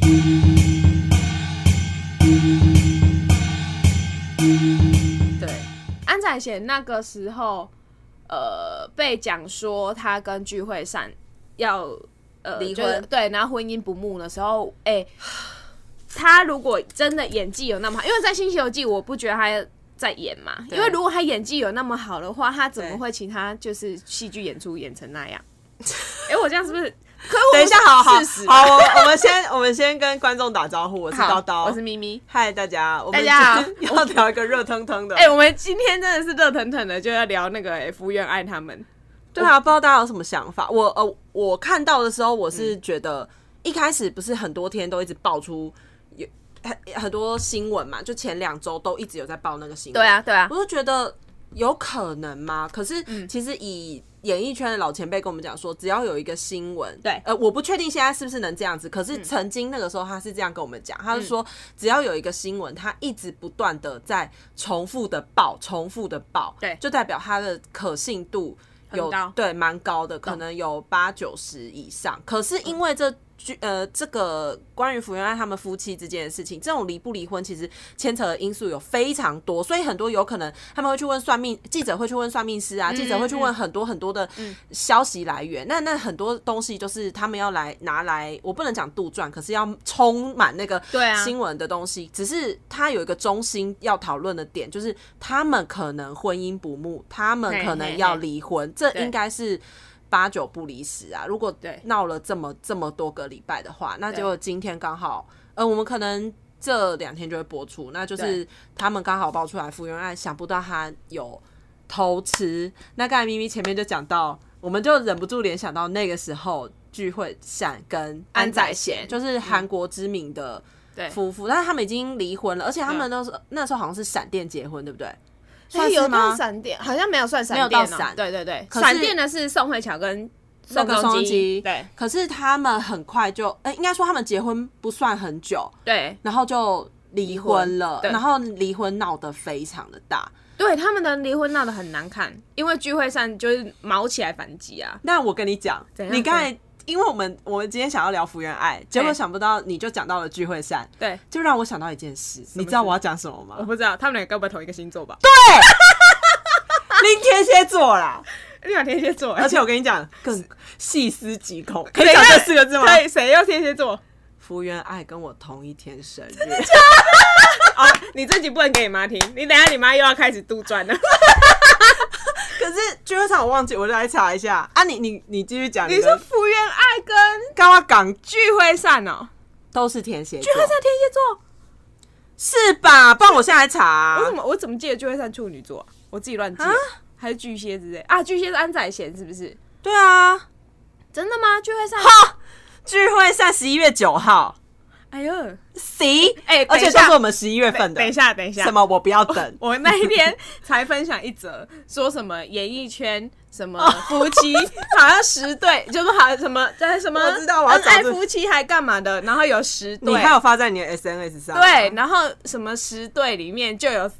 对，安宰贤那个时候，被讲说他跟具惠善要离婚， 对，然后婚姻不睦的时候，他如果真的演技有那么好，因为在《新西游记》我不觉得他在演嘛，因为如果他演技有那么好的话，他怎么会其他就是戏剧演出演成那样？我这样是不是？ 等一下，好，我们先跟观众打招呼。我是叨叨， 我是咪咪。 嗨，大家， 大家好， 要聊一个热腾腾的。 我们今天真的是热腾腾的，就要聊那个福原爱他们。 对啊，不知道大家有什么想法？我看到的时候，我是觉得一开始不是很多天都一直爆出有很多新闻嘛，就前2周都一直有在报那个新闻。 对啊， 我就觉得有可能吗？可是其实以演艺圈的老前辈跟我们讲说，只要有一个新闻， 对， 我不确定现在是不是能这样子，可是曾经那个时候他是这样跟我们讲，他是说只要有一个新闻，他一直不断的在重复的报， 对， 就代表他的可信度有对蛮高的，可能有80-90以上。可是因为这个关于福原爱他们夫妻之间的事情，这种离不离婚其实牵扯的因素有非常多，所以很多有可能他们会去问算命记者，会去问算命师啊，记者会去问很多很多的消息来源。那很多东西就是他们要拿来，我不能讲杜撰，可是要充满那个新闻的东西。只是他有一个中心要讨论的点，就是他们可能婚姻不睦，他们可能要离婚，这应该是8-9不离10啊！如果闹了这么多个礼拜的话，那结果今天刚好，我们可能这2天就会播出，那就是他们刚好爆出来福原爱想不到他有偷吃。那刚才咪咪前面就讲到，我们就忍不住联想到那个时候具惠善跟安宰贤，就是韩国知名的夫妇，但是他们已经离婚了，而且他们那时候好像是闪电结婚，对不对？ 有到闪电，好像没有算闪电，没有到闪。对，闪电的是宋慧乔跟宋仲基。对， 可是他们很快就，应该说他们结婚不算很久， 对， 然后就离婚了，然后离婚闹得非常的大。 对，他们的离婚闹得很难看，因为具惠善就是毛起来反击啊。 那我跟你讲，你刚才。因为我们今天想要聊福原爱，结果想不到你就讲到了具惠善， 对， 就让我想到一件事，你知道我要讲什么吗？ 我不知道，他们两个该不会同一个星座吧？ 对，你天蝎座啦， 你有天蝎座， 而且我跟你讲，更细思极恐，可以讲这4个字吗？ 可以，谁又天蝎座？ 福原爱跟我同一天生日。 你这集不能给你妈听，你等一下你妈又要开始杜撰了。 可是具惠善我忘记，我就来查一下啊！你继续讲。 你说福原爱跟刚刚讲具惠善哦， 都是天蝎座。 具惠善天蝎座是吧？不然我现在来查啊。 我怎么记得具惠善处女座啊？我自己乱记啊，还是巨蟹之类啊？巨蟹是安宰贤是不是？ 对啊， 真的吗？具惠善具惠善11月9号。 哎呦 ，C， 而且都是我们11月份的。 等一下， 什么？我不要等。 我那一天才分享一则，说什么演艺圈什么夫妻好像10对，就是好像什么在什么我知道我要找恩爱夫妻还干嘛的，然后有10对， 你还有发在你的 SNS 上。 对，然后什么10对里面就有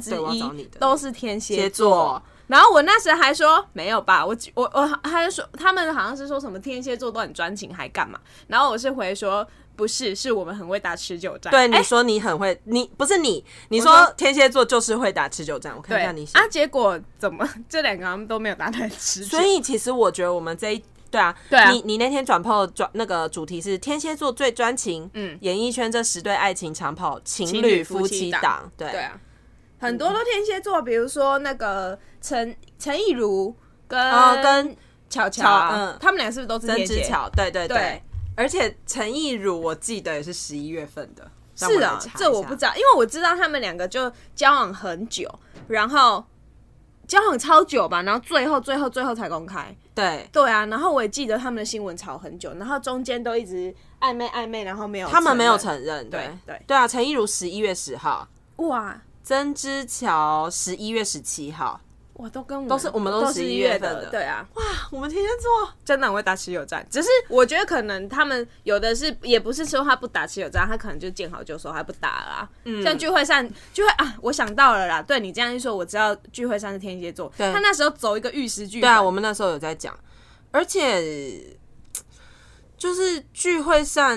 1/2都是天蝎座。然后我那时还说没有吧，我还是说他们好像是说什么天蝎座都很专情还干嘛，然后我是回说不是，是我们很会打持久战。 对，你说你很会，你不是你说天蝎座就是会打持久战。我看一下你写结果怎么这2个他们都没有打得很持久。 所以其实我觉得我们对啊，你那天转 po 那个主题是天蝎座最专情，演艺圈这10对爱情长跑情侣夫妻档，对啊，很多都天蝎座，比如说那个陈亦儒跟巧巧，他们俩是不是都是天蝎？ 曾之乔，对。而且陈亦儒我记得也是11月份的。 是啊，这我不知道，因为我知道他们2个就交往很久，然后交往超久吧，然后最后才公开。对啊，然后我也记得他们的新闻炒很久，然后中间都一直暧昧，然后没有， 他们没有承认。对啊，陈亦儒11月10号， 哇， 曾之乔11月17号。 哇，都跟我们都是11月份的， 对啊， 哇，我们天蝎座真的很会打持久战。只是我觉得可能他们有的是，也不是说他不打持久战，他可能就见好就收，他不打啦。像具惠善，我想到了啦，对你这样一说，我知道具惠善是天蝎座，他那时候走一个玉石俱焚。 对啊，我们那时候有在讲，而且就是具惠善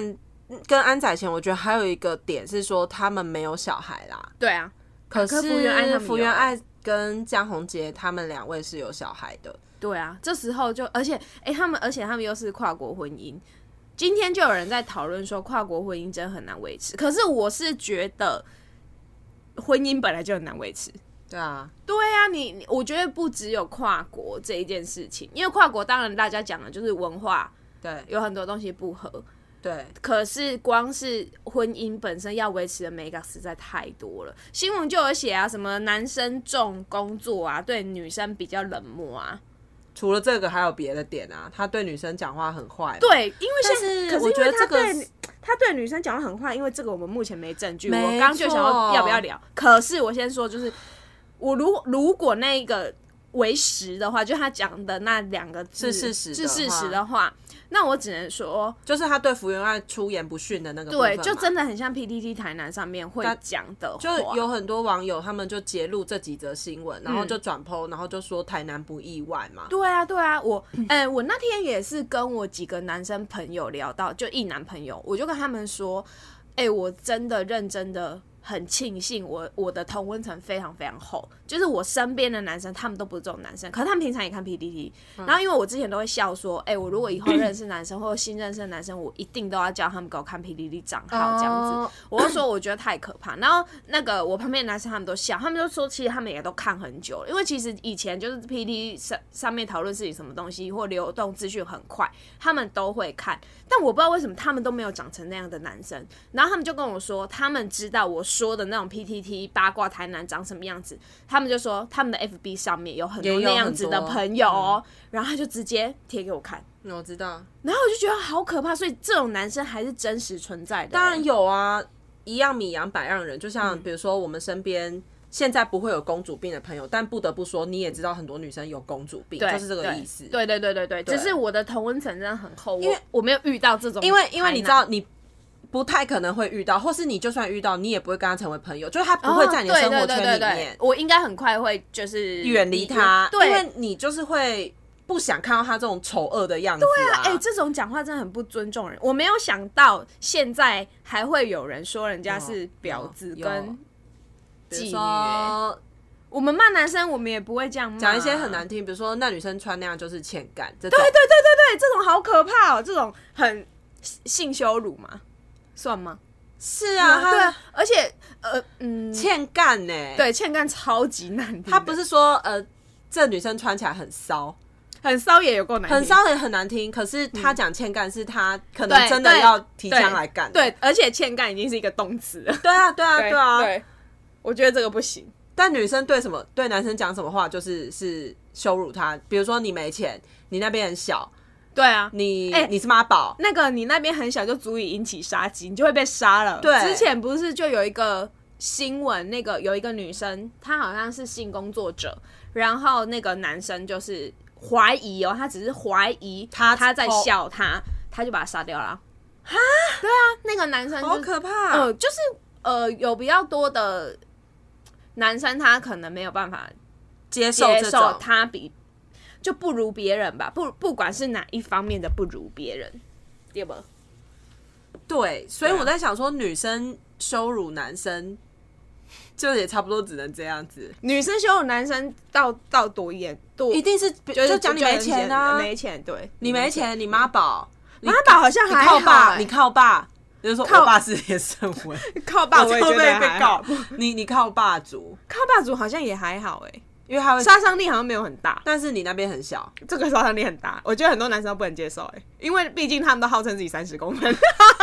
跟安宰贤，我觉得还有一个点是说他们没有小孩啦。 对啊， 可是福原爱跟江宏杰他们2位是有小孩的。 对啊，这时候就而且他们又是跨国婚姻。今天就有人在讨论说跨国婚姻真的很难维持，可是我是觉得婚姻本来就很难维持。 对啊， 我觉得不只有跨国这一件事情，因为跨国当然大家讲的就是文化， 对， 有很多东西不合， 对。 可是光是婚姻本身要维持的美感实在太多了。新闻就有写啊，什么男生重工作啊，对女生比较冷漠啊。 除了这个还有别的点啊，他对女生讲话很坏。 对，因为可是我觉得这个他对女生讲话很坏，因为这个我们目前没证据。我刚刚就想要不要聊，可是我先说就是。我如果那个为实的话，就他讲的那2个字是事实的话，那我只能说， 就是他对福原爱出言不逊的那个部分对，就真的很像 PTT 台南上面会讲的话， 就有很多网友他们就截录这几则新闻，然后就转 po，然后就说台南不意外嘛。 对啊，我那天也是跟我几个男生朋友聊到，就异男朋友，我就跟他们说，我真的认真的。很庆幸我的同温层非常非常厚，就是我身边的男生他们都不是这种男生，可是他们平常也看 PTT，然后因为我之前都会笑说，我如果以后认识男生或者新认识的男生，我一定都要叫他们给我看 PTT 账号这样子，我就说我觉得太可怕。然后那个我旁边的男生他们都笑，他们就说其实他们也都看很久了，因为其实以前就是 PTT 上面讨论事情什么东西或流动资讯很快，他们都会看，但我不知道为什么他们都没有长成那样的男生。然后他们就跟我说，他们知道我说的那种 PTT 八卦台南长什么样子，他们就说他们的 FB 上面有很多那样子的朋友哦，然后他就直接贴给我看。 我知道， 然后我就觉得好可怕，所以这种男生还是真实存在的。 当然有啊，一样米养百样人，就像比如说我们身边现在不会有公主病的朋友，但不得不说你也知道很多女生有公主病，就是这个意思。 对，只是我的同温层真的很厚，因为我没有遇到这种，因为你知道你不太可能会遇到，或是你就算遇到，你也不会跟他成为朋友，就是他不会在你的生活圈里面。 我应该很快会就是远离他，因为你就是会不想看到他这种丑恶的样子啊。 对啊，这种讲话真的很不尊重人。我没有想到现在还会有人说人家是婊子跟妓女。我们骂男生，我们也不会这样骂， 讲一些很难听，比如说那女生穿那样就是欠干。对，这种好可怕哦，这种很性羞辱嘛。算吗？ 是啊， 对啊，而且欠干呢， 对，欠干超级难听。 他不是说这女生穿起来很骚， 很骚也有够难听， 很骚也很难听。可是他讲欠干是他可能真的要提枪来干， 对，而且欠干已经是一个动词了。 对啊， 对，我觉得这个不行。 但女生对男生讲什么话，就是羞辱他。比如说你没钱，你那边很小。 对啊， 你是妈宝， 那个你那边很小就足以引起杀机，你就会被杀了。 对， 之前不是就有一个新闻，那个有一个女生，她好像是性工作者，然后那个男生就是怀疑他只是怀疑他在笑他就把他杀掉了。哈，对啊，那个男生好可怕。 就是有比较多的男生，他可能没有办法接受他就不如别人吧，不管是哪一方面的不如别人，对吧？ 对，所以我在想说，女生羞辱男生，就也差不多只能这样子。 女生羞辱男生到多严， 一定是就讲你没钱啊， 没钱，对， 你没钱，你妈宝， 妈宝好像还好， 你靠爸，就是说我爸是也甚微， 靠爸我也觉得被告，你靠霸主， 靠霸主好像也还好因为他会杀伤力好像没有很大， 但是你那边很小， 这个杀伤力很大，我觉得很多男生都不能接受因为毕竟他们都号称自己30公分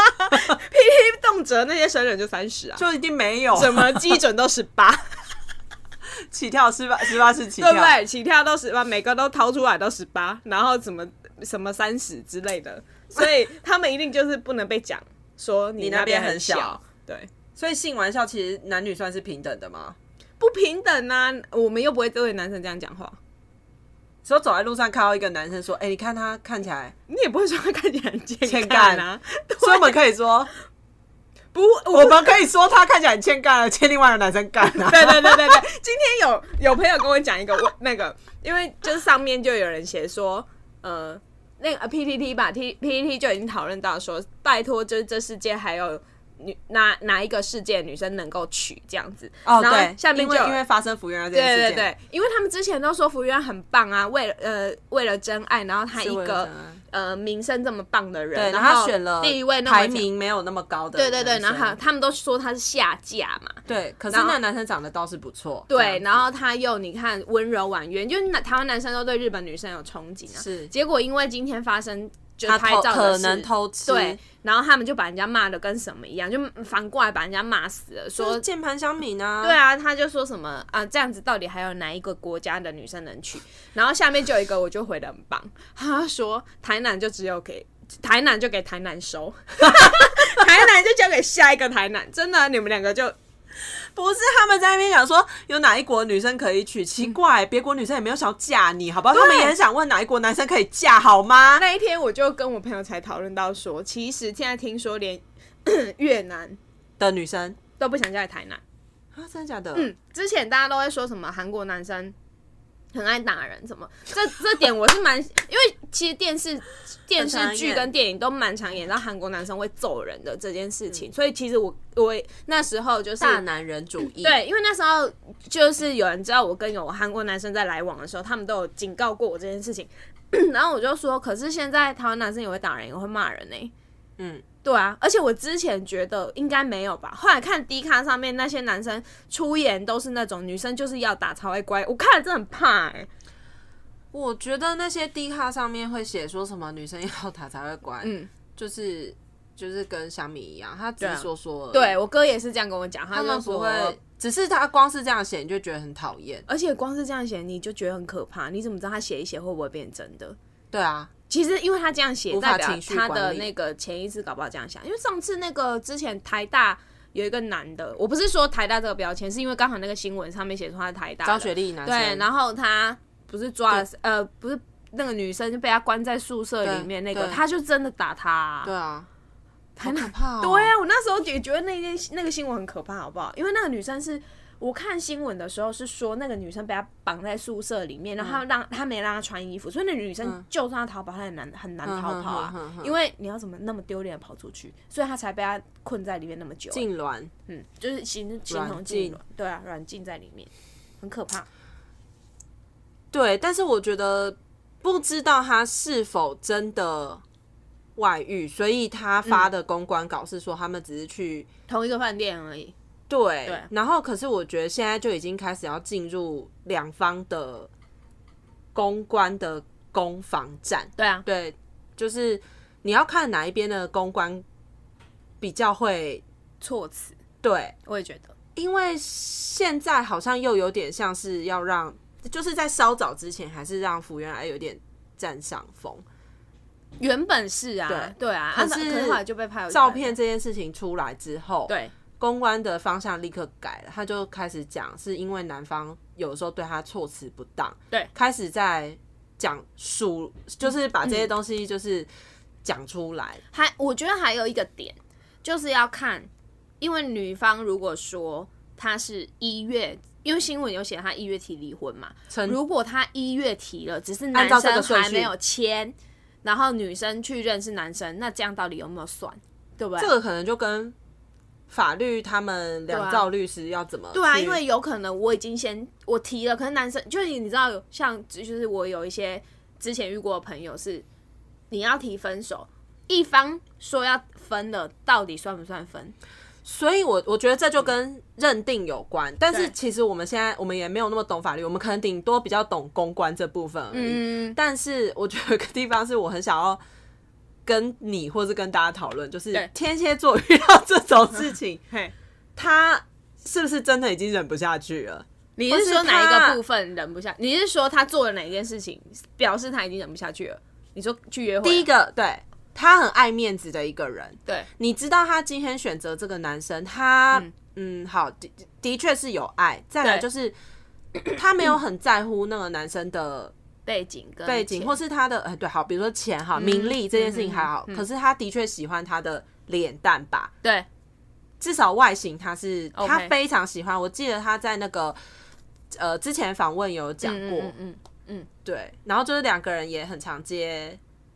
，PTT 动辄那些生人就30啊， 就一定没有， 什么基准都18， 起跳18是起跳， 对不对？起跳都18，每个都掏出来都18，然后什么30之类的，所以他们一定就是不能被讲说你那边很小，对， 所以性玩笑其实男女算是平等的吗？ 不平等啊！我们又不会对男生这样讲话。 所以走在路上看到一个男生说：“你看他看起来， 你也不会说他看起来很欠干啊。” 所以我们可以说不， 我们可以说他看起来很欠干了，欠另外一个男生干啊。 对。今天有朋友跟我讲一个那个，因为就是上面就有人写说， 那个PTT 吧，PTT 就已经讨论到说，拜托，就是这世界还有哪一个世界女生能够娶这样子？ 哦，对， 下面就因为发生福原爱这件事件， 对，因为他们之前都说福原爱很棒啊，为了真爱，然后他一个名声这么棒的人， 对， 然后他选了第一位排名没有那么高的， 对，然后他们都说他是下嫁嘛， 对，可是那个男生长得倒是不错， 对，然后他又你看温柔婉约，就是台湾男生都对日本女生有憧憬啊， 是， 结果因为今天发生。就拍照的可能偷吃， 对，然后他们就把人家骂的跟什么一样，就反过来把人家骂死了，说键盘乡民啊， 对啊，他就说什么啊，这样子到底还有哪一个国家的女生能娶？然后下面就有一个我就回得很棒，他说台南就给台南收，台南就交给下一个台南，真的，你们两个就。 不是他们在那边讲说有哪一国女生可以娶，奇怪，别国女生也没有想要嫁你，好不好？他们也很想问哪一国男生可以嫁，好吗？ 那一天我就跟我朋友才讨论到说，其实现在听说连越南的女生都不想嫁给台南啊，真的假的？ 之前大家都会说什么韩国男生很爱打人，什么这点我是蛮，因为其实电视剧跟电影都蛮常演到韩国男生会揍人的这件事情，所以其实我那时候就是大男人主义， 对，因为那时候就是有人知道我跟有韩国男生在来往的时候，他们都有警告过我这件事情，然后我就说，可是现在台湾男生也会打人，也会骂人呢，对啊，而且我之前觉得应该没有吧，后来看 D 卡上面那些男生出言都是那种女生就是要打才会乖，我看了真的很怕我觉得那些 D 卡上面会写说什么女生要打才会乖，就是跟小米一样，他只是说对我哥也是这样跟我讲，他们不会，只是他光是这样写你就觉得很讨厌， 而且光是这样写你就觉得很可怕，你怎么知道他写一写会不会变真的？ 对啊。 其实，因为他这样写，代表他的那个潜意识搞不好这样想。因为上次那个之前台大有一个男的，我不是说台大这个标签，是因为刚好那个新闻上面写出他是台大高学历男生， 对，然后他不是抓了不是那个女生就被他关在宿舍里面，那个他就真的打他， 对啊，好可怕对啊，我那时候也觉得那个新闻很可怕，好不好？因为那个女生是。我看新闻的时候是说，那个女生被他绑在宿舍里面，然后他没让她穿衣服，所以那女生就算她逃跑，她很难逃跑啊，因为你要怎么那么丢脸的跑出去，所以她才被他困在里面那么久。 痉挛， 就是形同痉挛，对啊，软禁在里面，很可怕。 对，但是我觉得不知道他是否真的外遇，所以他发的公关稿是说他们只是去同一个饭店而已。 对，然后可是我觉得现在就已经开始要进入两方的公关的攻防战。 对啊， 对，就是你要看哪一边的公关比较会措辞。 对， 我也觉得， 因为现在好像又有点像是要让，就是在稍早之前还是让福原爱有点占上风。 原本是啊，对啊， 可是后来就被拍照片这件事情出来之后， 对。 公关的方向立刻改了，他就开始讲是因为男方有时候对他措辞不当， 对， 开始在讲就是把这些东西就是讲出来。 我觉得还有一个点就是要看，因为女方如果说她是1月，因为新闻有写她1月提离婚嘛，如果她1月提了，只是男生还没有签，然后女生去认识男生，那这样到底有没有算？对不对？ 这个可能就跟法律他们两造律师要怎么对啊，因为有可能我已经我提了，可是男生就是你知道像就是我有一些之前遇过的朋友是你要提分手，一方说要分了，到底算不算分？ 所以我觉得这就跟认定有关，但是其实我们现在我们也没有那么懂法律，我们可能顶多比较懂公关这部分而已。但是我觉得有个地方是我很想要跟你或是跟大家讨论，就是天蝎座遇到这种事情，他是不是真的已经忍不下去了？ 你是说哪一个部分忍不下？你是说他做了哪一件事情表示他已经忍不下去了？你说去约会？ 第一个，对，他很爱面子的一个人。 对， 你知道他今天选择这个男生，他好，的确是有爱。再来就是他没有很在乎那个男生的背景或是他的对，好，比如说钱好名利这件事情还好，可是他的确喜欢他的脸蛋吧？ 对， 至少外形他是他非常喜欢。我记得他在那个之前访问有讲过，对，然后就是两个人也很常接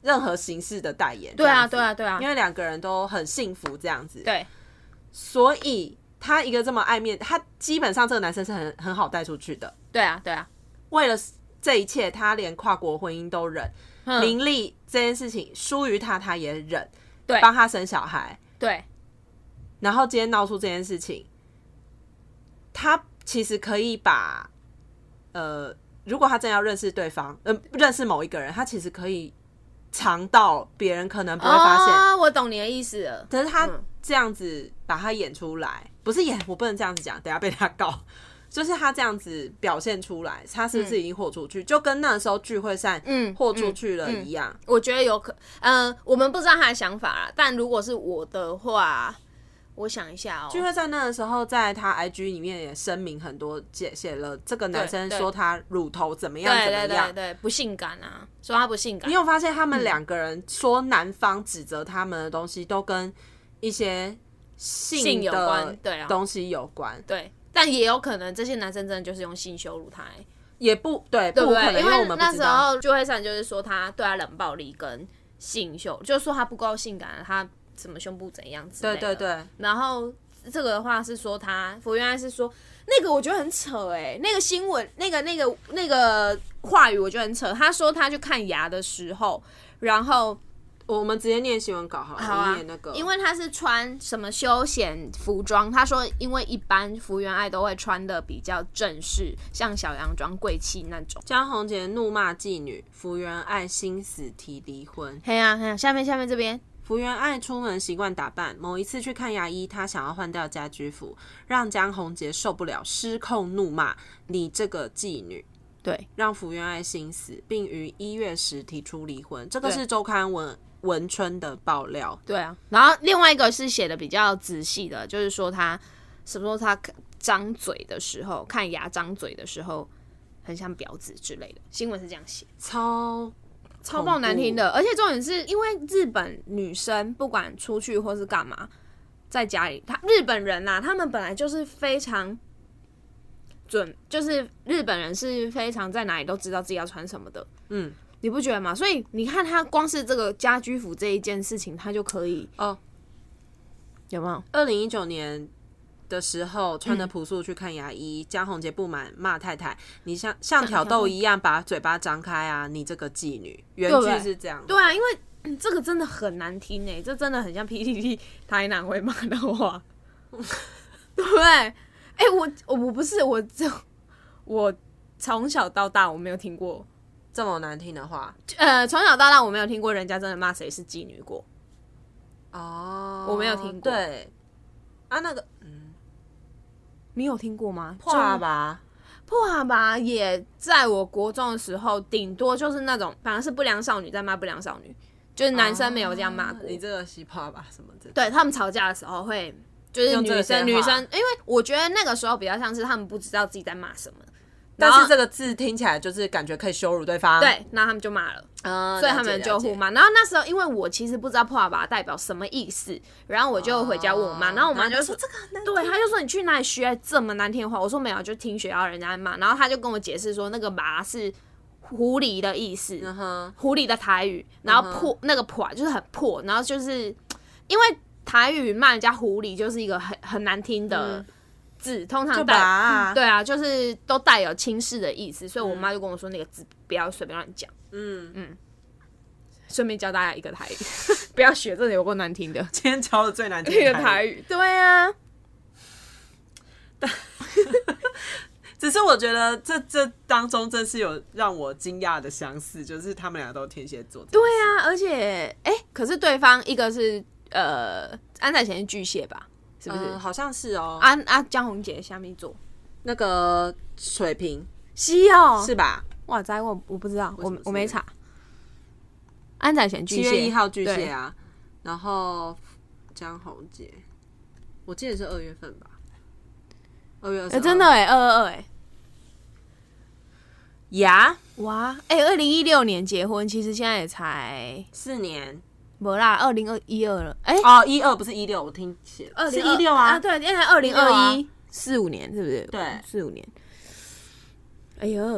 任何形式的代言。 对啊，对啊，对啊， 因为两个人都很幸福这样子。 对， 所以他一个这么爱面，他基本上这个男生是很好带出去的。 对啊，对啊， 为了这一切，他连跨国婚姻都忍，名利这件事情疏于他，他也忍， 对， 帮他生小孩， 对。 然后今天闹出这件事情，他其实可以把如果他真要认识对方，认识某一个人，他其实可以藏到别人可能不会发现。 哦，我懂你的意思了。 可是他这样子把他演出来，不是演，我不能这样子讲，等一下被他告。就是他这样子表现出来，他是不是已经豁出去？就跟那时候聚会上豁出去了一样。 我觉得有可，我们不知道他的想法啦。但如果是我的话，我想一下聚会上那个时候，在他 IG 里面也声明很多，写了这个男生说他乳头怎么样怎么样， 对，不性感啊，说他不性感。 你有发现他们两个人说男方指责他们的东西，都跟一些性有关，对啊，东西有关， 对。但也有可能这些男生真的就是用性羞辱他， 也不对，对不对？ 因为我们那时候聚会上就是说他对他冷暴力跟性羞辱，就是说他不够性感，他什么胸部怎样之类的。对对对。然后这个的话是说他福原爱是说那个我觉得很扯那个新闻那个话语我觉得很扯。他说他去看牙的时候，然后。 我们直接念新闻稿好了，好啊，念那个， 因为他是穿什么休闲服装，他说因为一般福原爱都会穿的比较正式，像小洋装、贵气那种。 江宏杰怒骂妓女，福原爱心死提离婚。 嘿呀，下面这边， 福原爱出门习惯打扮，某一次去看牙医，她想要换掉家居服，让江宏杰受不了，失控怒骂你这个妓女。 对， 让福原爱心死，并于1月10提出离婚。这个是周刊文春的爆料。 对啊，然后另外一个是写的比较仔细的，就是说他什么时候他张嘴的时候，看牙张嘴的时候很像婊子之类的，新闻是这样写，超爆难听的。而且重点是因为日本女生不管出去或是干嘛，在家里，日本人啊，他们本来就是非常就是日本人是非常在哪里都知道自己要穿什么的，你不觉得吗？所以你看他光是这个家居服这一件事情，他就可以有没有 ？2019年的时候穿的朴素去看牙医，江宏杰不满骂太太，你像挑逗一样把嘴巴张开啊，你这个妓女。原句是这样。 对啊，因为这个真的很难听这真的很像 PTT 台南会骂的话，对不对？我不是我从小到大我没有听过这么难听的话。 从小到大我没有听过人家真的骂谁是妓女过。我没有听过。 对啊，那个你有听过吗？ 破阿爸也在我国中的时候，顶多就是那种反而是不良少女在骂不良少女，就是男生没有这样骂过。 你这个洗破阿爸什么的， 对，他们吵架的时候会。就是女生，因为我觉得那个时候比较像是他们不知道自己在骂什么， 但是这个字听起来就是感觉可以羞辱对方， 对，那他们就骂了，所以他们就互骂。然后那时候因为我其实不知道破阿爸代表什么意思，然后我就回家问我妈，然后我妈就说这个很难听，对，她就说你去哪里学这么难听的话？我说没有，就听学校人家骂，然后她就跟我解释说那个麻是狐狸的意思，狐狸的台语，然后破那个破就是很破，然后就是因为。台语骂人家狐狸就是一个很难听的字，通常对啊，就是都带有轻视的意思，所以我妈就跟我说那个字不要随便乱讲。顺便教大家一个台语，不要学，真的有够难听的。 今天教的最难听的台语，对啊。 只是我觉得这当中真是有让我惊讶的相似，就是他们俩都天蝎座。 对啊，而且可是对方一个是。安宰贤是巨蟹吧？是不是？ 好像是哦。 江宏杰虾米座？ 那个水瓶是哦， 是吧？ 哇塞，我不知道，我没查。安宰贤巨蟹，7 月1号巨蟹啊。然后江宏杰，我记得是2月份吧？2月22。 真的222 呀哇！2016年结婚，其实现在也才 4年。 没啦，2012了。 12不是16，我听写是16啊。 对，现在2021，4-5年是不是？ 对 ，4-5年。哎呦，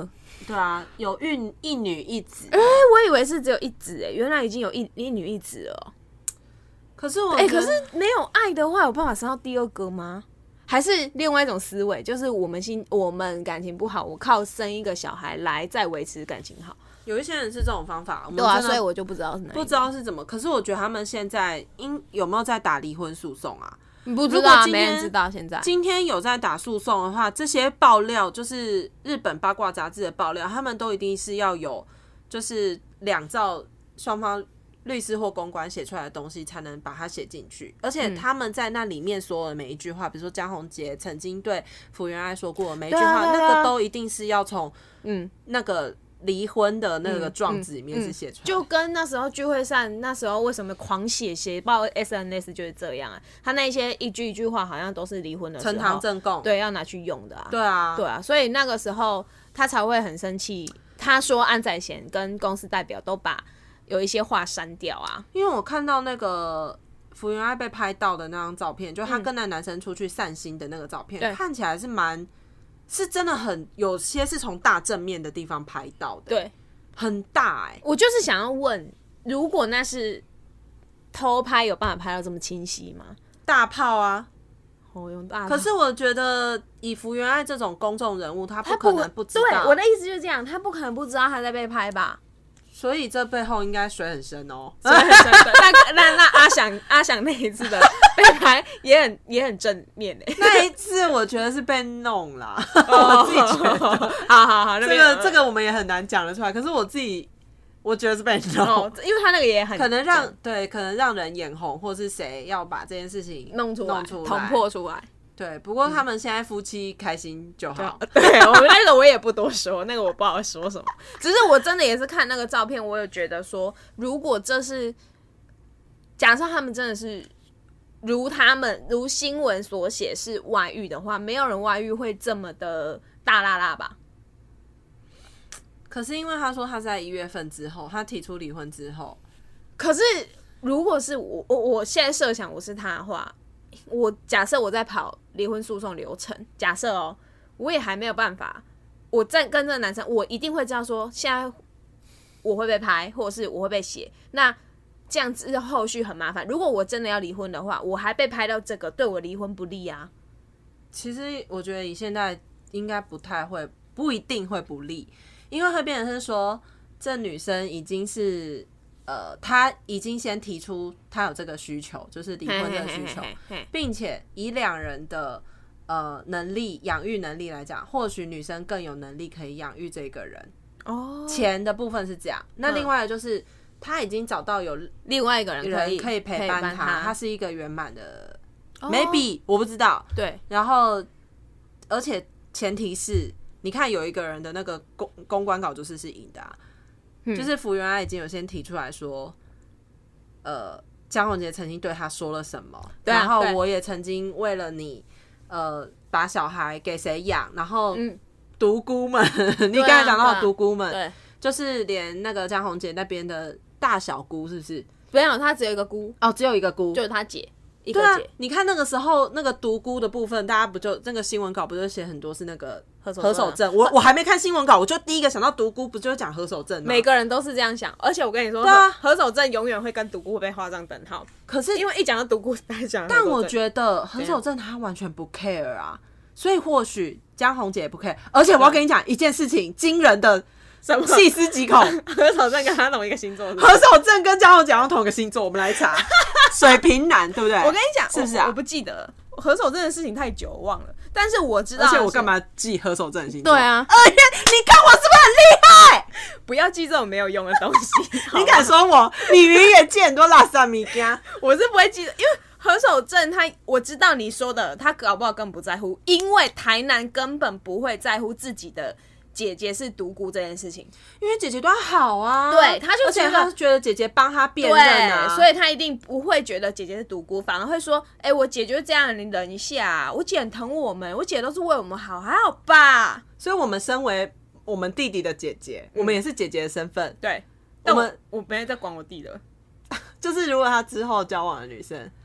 对啊，有一女一子。 我以为是只有一子原来已经有一女一子了。 可是可是没有爱的话，有办法生到第二个吗？还是另外一种思维，就是我们感情不好，我靠生一个小孩来再维持感情好。 有一些人是这种方法， 对啊，所以我就不知道是哪一种， 不知道是怎么。可是我觉得他们现在有没有在打离婚诉讼啊？ 不知道，没人知道。今天有在打诉讼的话，这些爆料就是日本八卦杂志的爆料，他们都一定是要有就是2照双方律师或公关写出来的东西才能把它写进去，而且他们在那里面说的每一句话，比如说江宏杰曾经对福原爱说过的每一句话，那个都一定是要从那个离婚的那个状子里面是写出来的。 就跟那时候聚会上，那时候为什么狂写报 SNS 就是这样啊？他那些一句话好像都是离婚的时候呈堂证供， 对，要拿去用的啊。 对啊， 对啊，所以那个时候他才会很生气。他说安宰贤跟公司代表都把有一些话删掉啊， 因为我看到那个福原爱被拍到的那张照片，就他跟那男生出去散心的那个照片，看起来是真的很有些是从大正面的地方拍到的， 对， 很大我就是想要问，如果那是偷拍，有办法拍到这么清晰吗？ 大炮啊！ 用大炮。 可是我觉得以福原爱这种公众人物，他不可能不知道。 对，我的意思就是这样，他不可能不知道他在被拍吧？ 所以这背后应该水很深哦， 水很深的。那阿翔那一次的被拍也很正面那一次我觉得是被弄啦，我自己觉得。 好， 这个我们也很难讲得出来。可是我觉得是被弄， 因为他那个也很可能让人眼红，或是谁要把这件事情弄出来捅破出来。 对，不过他们现在夫妻开心就好。 对，我们那个我也不多说，那个我不好说什么。只是我真的也是看那个照片，我有觉得说，如果这是假设他们真的是如新闻所写是外遇的话，没有人外遇会这么的大辣辣吧？ 可是因为他说他在1月份之后，他提出离婚之后， 可是如果是我现在设想我是他的话。我假设我在跑离婚诉讼流程，假设我也还没有办法，我在跟这个男生，我一定会知道说，现在我会被拍，或者是我会被写，那这样子后续很麻烦。如果我真的要离婚的话，我还被拍到这个，对我离婚不利啊。 其实我觉得以现在应该不一定会不利，因为会变成是说，这女生已经是。他已经先提出他有这个需求，就是离婚的需求，并且以2人的能力养育能力来讲，或许女生更有能力可以养育这个人。钱的部分是这样。那另外就是他已经找到有另外一个人可以陪伴他，他是一个圆满的 maybe 我不知道。 对， 然后而且前提是，你看有一个人的那个公关稿就是赢的啊。就是福原爱已经有先提出来说，江宏杰曾经对他说了什么，然后我也曾经为了你，把小孩给谁养，然后独孤们，你刚才讲到的独孤们， 对， 就是连那个江宏杰那边的大小姑是不是？ 没有，他只有一个姑， 只有一个姑， 就是他姐。一个姐， 你看那个时候那个独孤的部分，大家不就那个新闻稿不就写很多是那个何守正？我还没看新闻稿，我就第一个想到独孤，不就是讲何守正吗？ 每个人都是这样想，而且我跟你说，何守正永远会跟独孤被画上等号。 可是因为一讲到独孤，大家讲， 但我觉得何守正他完全不 care 啊，所以或许江宏杰也不 care。而且我要跟你讲一件事情，惊人的。细思极恐， 何守正跟他同一个星座是不是？何守正跟江宏杰同一个星座，我们来查。水瓶男对不对？ 我跟你讲， 是不是啊？ 我不记得何守正的事情太久，我忘了。但是我知道， 而且我干嘛记何守正的星座？ 对啊， 你看我是不是很厉害？ 不要记这种没有用的东西。 你敢说我？你明也记很多垃圾米干， 我是不会记得，因为何守正我知道你说的，他搞不好更不在乎，因为台南根本不会在乎自己的。姐姐是独孤这件事情， 因为姐姐对他好啊， 对，他就觉得他觉得姐姐帮他辨认啊， 所以他一定不会觉得姐姐是独孤，反而会说：“我姐就是这样，你忍一下，我姐很疼我们，我姐都是为我们好，还好吧？” 所以，我们身为我们弟弟的姐姐，我们也是姐姐的身份， 对。但我没在管我弟的， 就是如果他之后交往的女生，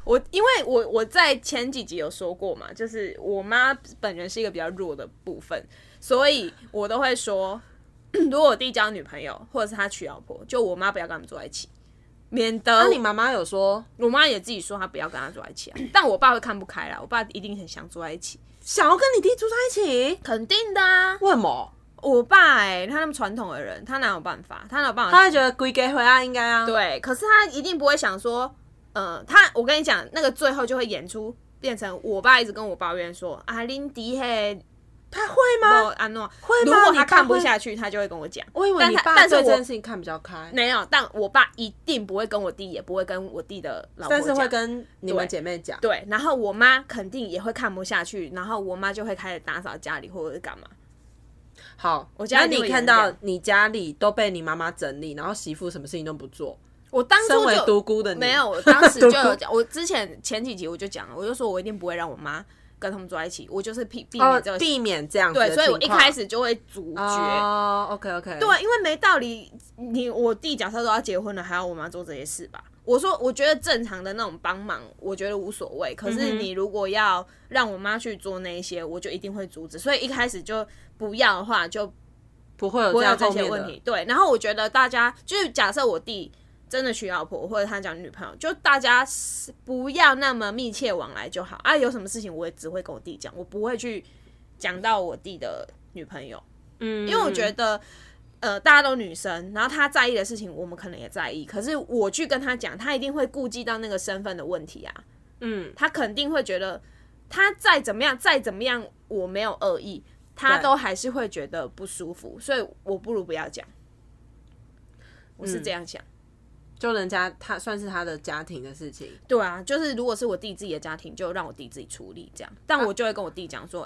因为我在前几集有说过嘛，就是我妈本人是一个比较弱的部分，所以我都会说，如果我弟交女朋友或者是他娶老婆，就我妈不要跟他们住在一起，免得。 那你妈妈有说？ 我妈也自己说她不要跟他住在一起啊，但我爸会看不开啦，我爸一定很想住在一起， 想要跟你弟住在一起， 肯定的啊。 为什么？ 我爸他那么传统的人，他哪有办法？他会觉得规家回啊，应该啊。 对，可是他一定不会想说。我跟你讲，那个最后就会演出变成我爸一直跟我抱怨说啊，林迪嘿， 他会吗？ 安诺会吗？ 如果他看不下去，他就会跟我讲。 我以为你爸对这件事情看比较开。 没有，但我爸一定不会跟我弟，也不会跟我弟的老婆讲， 但是会跟你们姐妹讲。 对，然后我妈肯定也会看不下去，然后我妈就会开始打扫家里或者是干嘛。 好，那你看到你家里都被你妈妈整理，然后媳妇什么事情都不做。 我当初身为独孤的你， 没有，我当时就有讲，我之前几集我就讲了，我就说我一定不会让我妈跟他们住在一起，我就是避免这个避免这样子的对，所以我一开始就会阻绝。 OK， 对，因为没道理，我弟假设都要结婚了，还要我妈做这些事吧？我说，我觉得正常的那种帮忙，我觉得无所谓。可是你如果要让我妈去做那些，我就一定会阻止。所以一开始就不要的话，就不会有这些问题。对，然后我觉得大家就是假设我弟真的娶老婆或者他讲女朋友，就大家不要那么密切往来就好啊。有什么事情我也只会跟我弟讲，我不会去讲到我弟的女朋友。因为我觉得大家都女生，然后他在意的事情我们可能也在意，可是我去跟他讲，他一定会顾及到那个身份的问题啊。他肯定会觉得他再怎么样我没有恶意，他都还是会觉得不舒服，所以我不如不要讲。我是这样想。 就人家他算是他的家庭的事情， 对啊，就是如果是我弟自己的家庭，就让我弟自己处理这样。但我就会跟我弟讲说，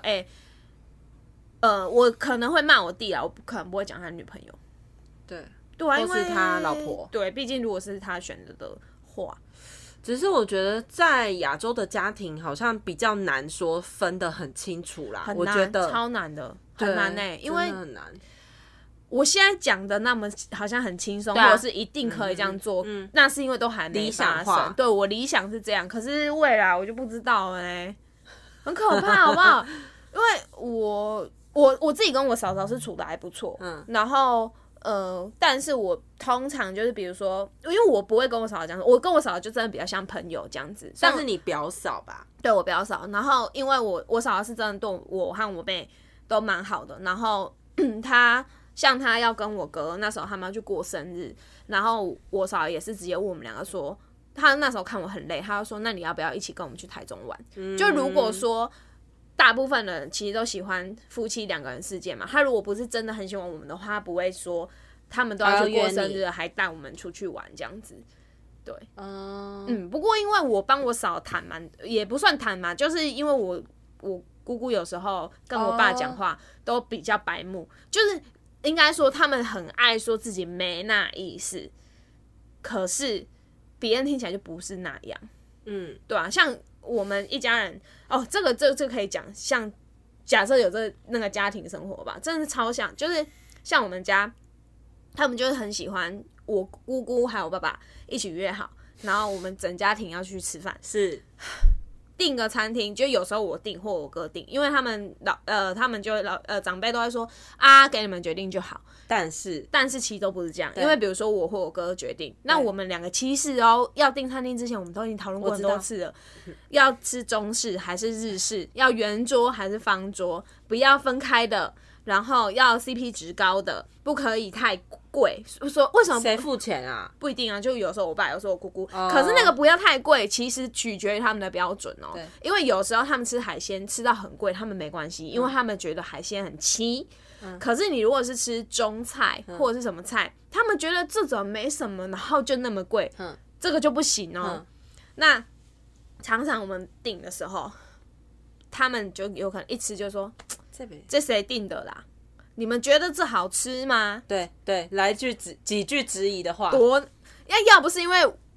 我可能会骂我弟啊，我可能不会讲他女朋友。 对啊， 因为是他老婆。 对，毕竟如果是他选择的话， 只是我觉得在亚洲的家庭好像比较难说分得很清楚啦， 很难， 我觉得超难的，很难欸，因为很难。 我现在讲的那么好像很轻松，或者是一定可以这样做，那是因为都还没发生。对，我理想是这样，可是未来我就不知道了很可怕，好不好？因为我自己跟我嫂嫂是处的还不错，然后但是我通常就是比如说，因为我不会跟我嫂嫂讲，我跟我嫂嫂就真的比较像朋友这样子， 算是你表嫂吧？ 对，我表嫂。然后因为我嫂嫂是真的对我和我妹都蛮好的，然后像他要跟我哥那时候他们要去过生日，然后我嫂也是直接问我们两个说，他那时候看我很累，他就说那你要不要一起跟我们去台中玩？就如果说大部分人其实都喜欢夫妻两个人世界嘛，他如果不是真的很喜欢我们的话，他不会说他们都要去过生日还带我们出去玩这样子。对，不过因为我帮我嫂坦瞒，也不算坦瞒，就是因为我姑姑有时候跟我爸讲话都比较白目，就是应该说他们很爱说自己没那意思，可是别人听起来就不是那样。对啊，像我们一家人这个可以讲，像假设有那个家庭生活吧，真的是超像，就是像我们家，他们就是很喜欢我姑姑还有我爸爸一起约好，然后我们整家庭要去吃饭， 是订个餐厅，就有时候我订或我哥订，因为他们长辈都会说啊，给你们决定就好。但是其实都不是这样，因为比如说我或我哥决定，那我们两个其实要订餐厅之前，我们都已经讨论过很多次了，要吃中式还是日式，要圆桌还是方桌，不要分开的，然后要 CP 值高的，不可以太贵。说为什么谁付钱啊？ 不一定啊，就有时候我爸，有时候我姑姑。可是那个不要太贵，其实取决于他们的标准哦。因为有时候他们吃海鲜吃到很贵，他们没关系，因为他们觉得海鲜很奇。可是你如果是吃中菜或者是什么菜，他们觉得这种没什么，然后就那么贵，这个就不行哦。那常常我们订的时候，他们就有可能一吃就说这谁订的啦？你们觉得这好吃吗？ 对，来句几句质疑的话， 要不是因为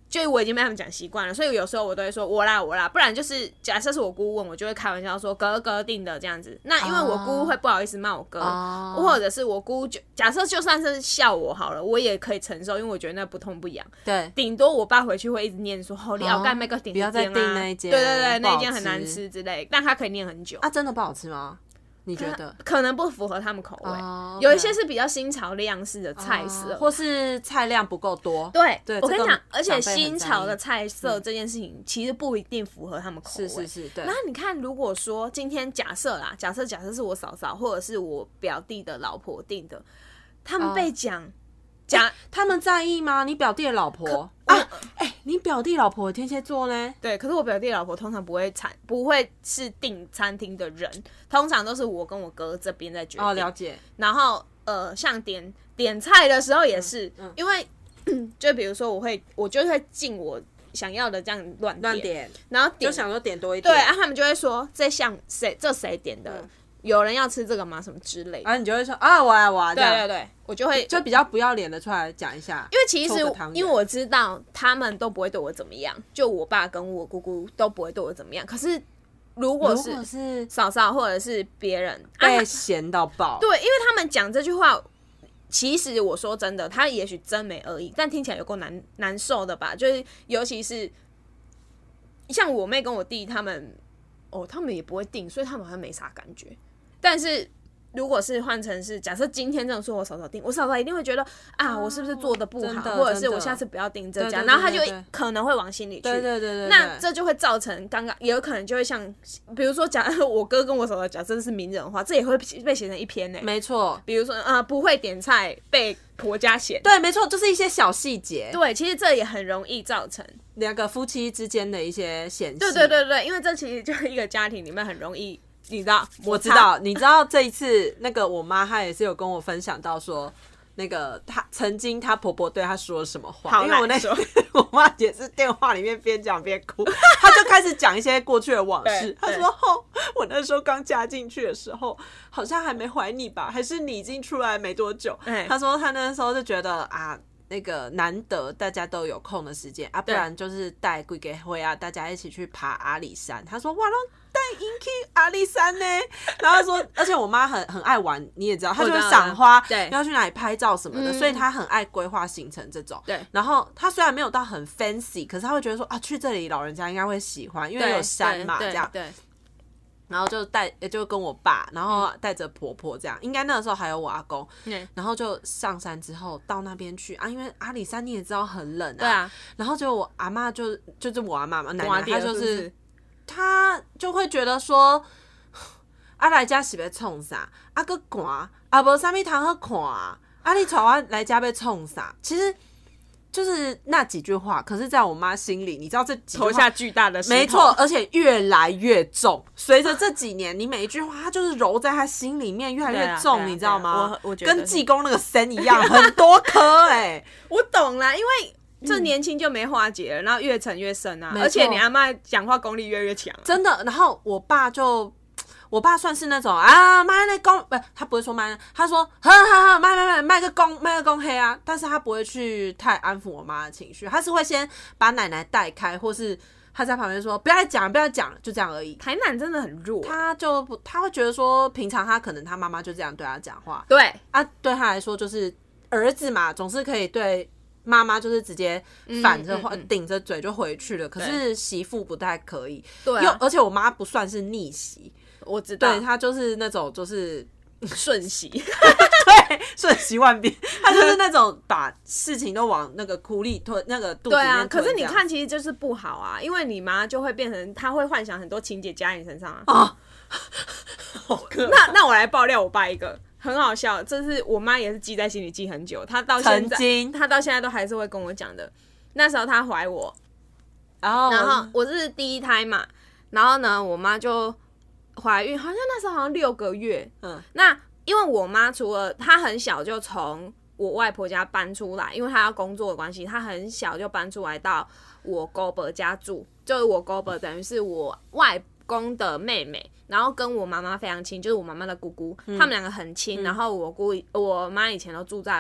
就我已经被他们讲习惯了，所以有时候我都会说我啦，不然就是假设是我姑问我，就会开玩笑说哥定的这样子。那因为我姑会不好意思骂我哥，或者是我姑假设就算是笑我好了，我也可以承受，因为我觉得那不痛不痒。 对， 顶多我爸回去会一直念说好你要干那个点， 不要再订那一间， 对，那一间很难吃之类，但他可以念很久。 真的不好吃吗？你觉得可能不符合他们口味，有一些是比较新潮样式的菜色， 或是菜量不够多。 对，我跟你讲，而且新潮的菜色这件事情其实不一定符合他们口味。 是，对。 那你看，如果说今天假设是我嫂嫂或者是我表弟的老婆订的，他们被讲。 他们在意吗？你表弟的老婆你表弟老婆天蝎座呢？ 对，可是我表弟老婆通常不会是订餐厅的人，通常都是我跟我哥这边在决定。 了解。 然后像点菜的时候也是，因为就比如说我就会进我想要的这样乱点，然后就想说点多一点。 对他们就会说这谁点的。有人要吃这个吗？什么之类的， 你就会说我来这样。 对，我就会就比较不要脸的出来讲一下。 因为其实因为我知道他们都不会对我怎么样，就我爸跟我姑姑都不会对我怎么样。可是如果是嫂嫂或者是别人被嫌到爆， 对，因为他们讲这句话，其实我说真的，他也许真没恶意，但听起来有够难受的吧？就是尤其是像我妹跟我弟他们也不会订，所以他们好像没啥感觉。但是如果是换成是假设今天这样说我嫂嫂订，我嫂嫂一定会觉得我是不是做的不好，或者是我下次不要订这家，然后他就可能会往心里去。 对， 那这就会造成刚刚也有可能就会像比如说假设我哥跟我嫂嫂假设是名人话，这也会被写成一篇呢。 没错， 比如说不会点菜被婆家嫌， 对，没错，就是一些小细节。 对，其实这也很容易造成两个夫妻之间的一些嫌隙。 对，因为这其实就是一个家庭里面很容易。你知道， 我知道，你知道这一次那个我妈她也是有跟我分享到说，那个她曾经她婆婆对她说了什么话，因为我那时候我妈也是电话里面边讲边哭，她就开始讲一些过去的往事。她说我那时候刚嫁进去的时候，好像还没怀你吧，还是你已经出来没多久。她说她那时候就觉得那个难得大家都有空的时间不然就是带几个会大家一起去爬阿里山。她说哇带引去阿里山呢，然后说，而且我妈很爱玩，你也知道，她就会赏花， 对， 要去哪里拍照什么的，所以她很爱规划行程这种。 对， 然后她虽然没有到很 fancy， 可是她会觉得说去这里老人家应该会喜欢，因为有山嘛，这样。 对。 然后就跟我爸，然后带着婆婆这样，应该那个时候还有我阿公，然后就上山之后到那边去因为阿里山你也知道很冷对啊， 然后就我阿嬷就是我阿嬷嘛，奶奶她就是她就会觉得说来家是要创啥搁寒无啥物通好看你带我来家要创啥，其实就是那几句话，可是在我妈心里，你知道这几句话投下巨大的石头， 没错，而且越来越重。随着这几年，你每一句话，它就是揉在她心里面，越来越重，你知道吗？ 我觉得跟济公那个神一样，很多颗我懂啦，因为这年轻就没化解了，然后越沉越深而且你阿嬷讲话功力越来越强， 真的。然后我爸算是那种卖那公他不会说卖，他说卖个公黑但是他不会去太安抚我妈的情绪，他是会先把奶奶带开，或是他在旁边说不要再讲，就这样而已。 台南真的很弱， 他会觉得说平常他可能他妈妈就这样对他讲话， 对对他来说就是儿子嘛，总是可以对妈妈就是直接反着顶着嘴就回去了，可是媳妇不太可以。 对而且我妈不算是逆袭， 我知道， 对，她就是那种就是瞬息， 对，瞬息万变，她就是那种把事情都往那个苦里吞，那个肚子里面吞。 可是你看，其实就是不好因为你妈就会变成，她会幻想很多情节加在你身上好可怕。 那我来爆料我爸一个。很好笑，这是我妈也是记在心里记很久，她到现在都还是会跟我讲的。那时候她怀我，然后我是第一胎嘛，然后呢，我妈就怀孕，好像那时候好像6个月。那因为我妈除了她很小就从我外婆家搬出来，因为她要工作的关系，她很小就搬出来到我姑伯家住，就是我姑伯等于是我外公的妹妹。然后跟我妈妈非常亲，就是我妈妈的姑姑，他们两个很亲。然后我妈以前都住在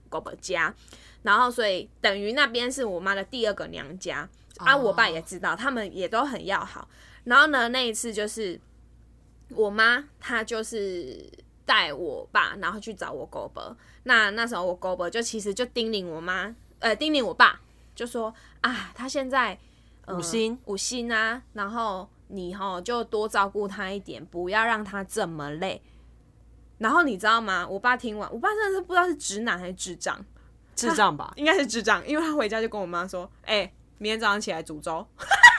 狗伯家，然后所以等于那边是我妈的第2个娘家啊。我爸也知道，他们也都很要好。然后呢，那一次就是我妈她就是带我爸，然后去找我狗伯。那时候我狗伯就其实就叮咛我爸，就说啊，他现在五星啊，然后你就多照顾他一点，不要让他这么累。然后你知道吗？我爸听完，我爸真的是不知道是直男还是智障， 智障吧， 应该是智障，因为他回家就跟我妈说：“明天早上起来煮粥。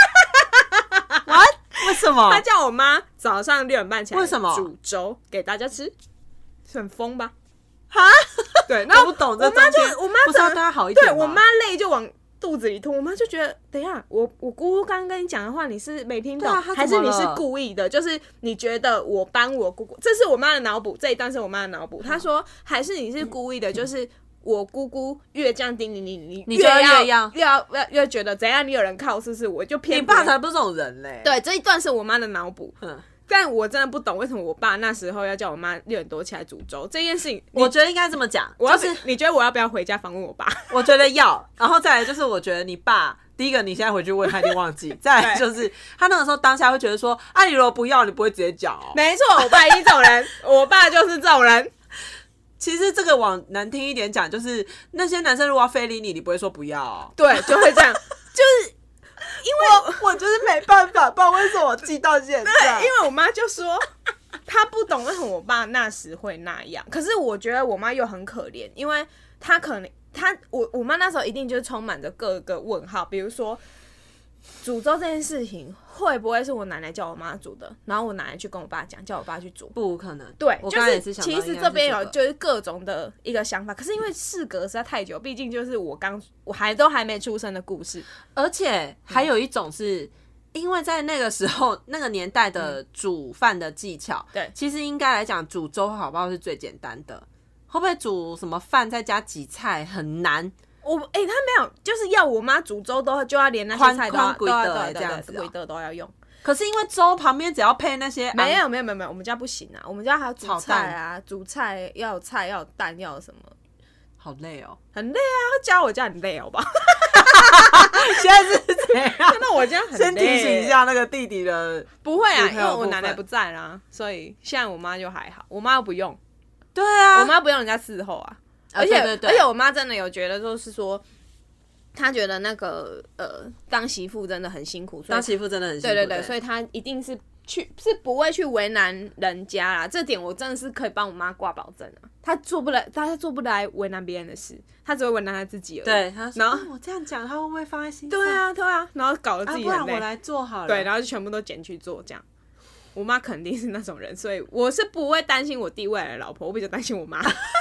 ”What？ 为什么？ 他叫我妈早上6点半起来， 为什么煮粥给大家吃？很疯吧？ 哈？ 对，那我不懂这我妈不知道对他好一点吗？ 对我妈累就往肚子里吐，我妈就觉得，等一下，我姑姑刚刚跟你讲的话，你是没听懂，还是你是故意的？就是你觉得我帮我姑姑，这是我妈的脑补，这一段是我妈的脑补。她说，还是你是故意的，就是我姑姑越这样叮咛你越觉得怎样，你有人靠，是不是？我就偏你爸才不是这种人嘞。 对，这一段是我妈的脑补。但我真的不懂为什么我爸那时候要叫我妈6点多起来煮粥这件事情。 我觉得应该这么讲， 你觉得我要不要回家访问我爸？ 我觉得要。然后再来就是，我觉得你爸第一个，你现在回去问他一定忘记。再来就是他那个时候当下会觉得说，啊，你如果不要，你不会直接讲哦。 没错，我爸一定这种人，我爸就是这种人。 其实这个往难听一点讲，就是那些男生如果要非礼你，你不会说不要哦。 对，就会这样，就是因为我就是没办法，不知道为什么我记到现在。 对，因为我妈就说她不懂为什么我爸那时会那样，可是我觉得我妈又很可怜，因为她可能我妈那时候一定就是充满着各个问号，比如说煮粥这件事情会不会是我奶奶叫我妈煮的，然后我奶奶去跟我爸讲，叫我爸去煮？ 不可能。 对， 我刚才也是想到其实这边有就是各种的一个想法，可是因为事隔实在太久，毕竟就是我还没出生的故事， 而且还有一种是。因为在那个时候那个年代的煮饭的技巧， 对， 其实应该来讲煮粥好不好是最简单的，会不会煮什么饭再加几菜很难。 他没有，就是要我妈煮粥就要连那些菜都要这样子， 贵的都要用。 可是因为粥旁边只要配那些， 没有，我们家不行啊，我们家还要煮菜啊，煮菜要有菜要有蛋要有什么， 好累哦， 很累啊，教我家很累好不好？ 现在是怎样？ 那我家很累。 先提醒一下那个弟弟的， 不会啊，因为我奶奶不在啦，所以现在我妈就还好，我妈又不用。 对啊， 我妈不用人家伺候啊，而且我妈真的有觉得就是说，她觉得那个当媳妇真的很辛苦， 当媳妇真的很辛苦， 对，所以她一定是不会去为难人家啦，这点我真的是可以帮我妈挂保证啊。她做不来为难别人的事，她只会为难她自己而已。 对，她说， 然后我这样讲，她会不会放在心上？ 对啊，然后搞得自己很累。 不然我来做好了。 对，然后就全部都捡去做这样。我妈肯定是那种人，所以我是不会担心我弟未来的老婆，我比较担心我妈。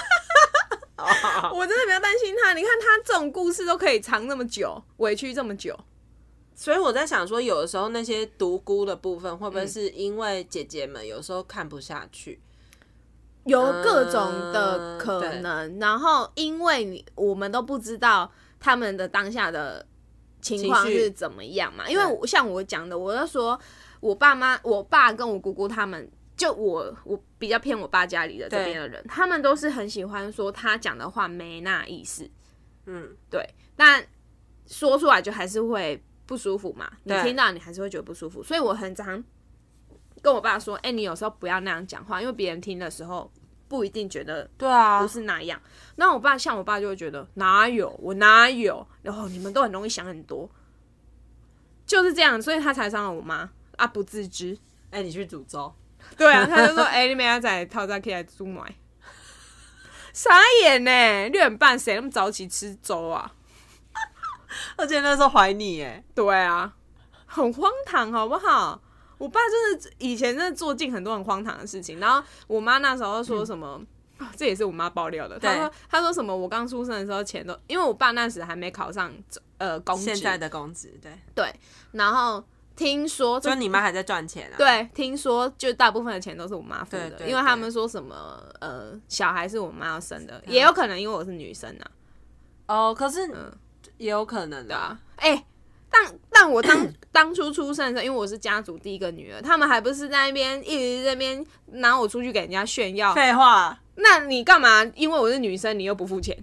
我真的比较担心她，你看她这种故事都可以藏那么久，委屈这么久。 所以我在想说，有的时候那些独孤的部分，会不会是因为姐姐们有时候看不下去， 有各种的可能。然后因为我们都不知道他们的当下的情况是怎么样嘛，因为像我讲的，我就说我爸跟我姑姑他们，就我比较偏我爸家里的这边的人，他们都是很喜欢说他讲的话没那意思。对，但说出来就还是会不舒服嘛，你听到你还是会觉得不舒服，所以我很常跟我爸说，你有时候不要那样讲话，因为别人听的时候不一定觉得不是那样。那我爸就会觉得哪有，然后你们都很容易想很多，就是这样，所以他才伤了我妈啊，不自知。 你去煮粥， 对啊，他就说你明仔载透早起来煮糜，傻眼呢，6点半谁那么早起吃粥啊？ 而且那时候怀你耶， 对啊，很荒唐好不好？我爸真的以前真的做尽很多很荒唐的事情，然后我妈那时候说什么，这也是我妈爆料的。她说什么，我刚出生的时候钱都，因为我爸那时还没考上公职， 现在的公职， 对，然后听说就你妈还在赚钱啊？ 对，听说就大部分的钱都是我妈付的，因为他们说什么小孩是我妈要生的，也有可能因为我是女生啊。 可是也有可能的啊。 但我当初出生的时候，因为我是家族第一个女儿，他们还不是在那边一直在那边拿我出去给人家炫耀。 废话， 那你干嘛？因为我是女生，你又不付钱？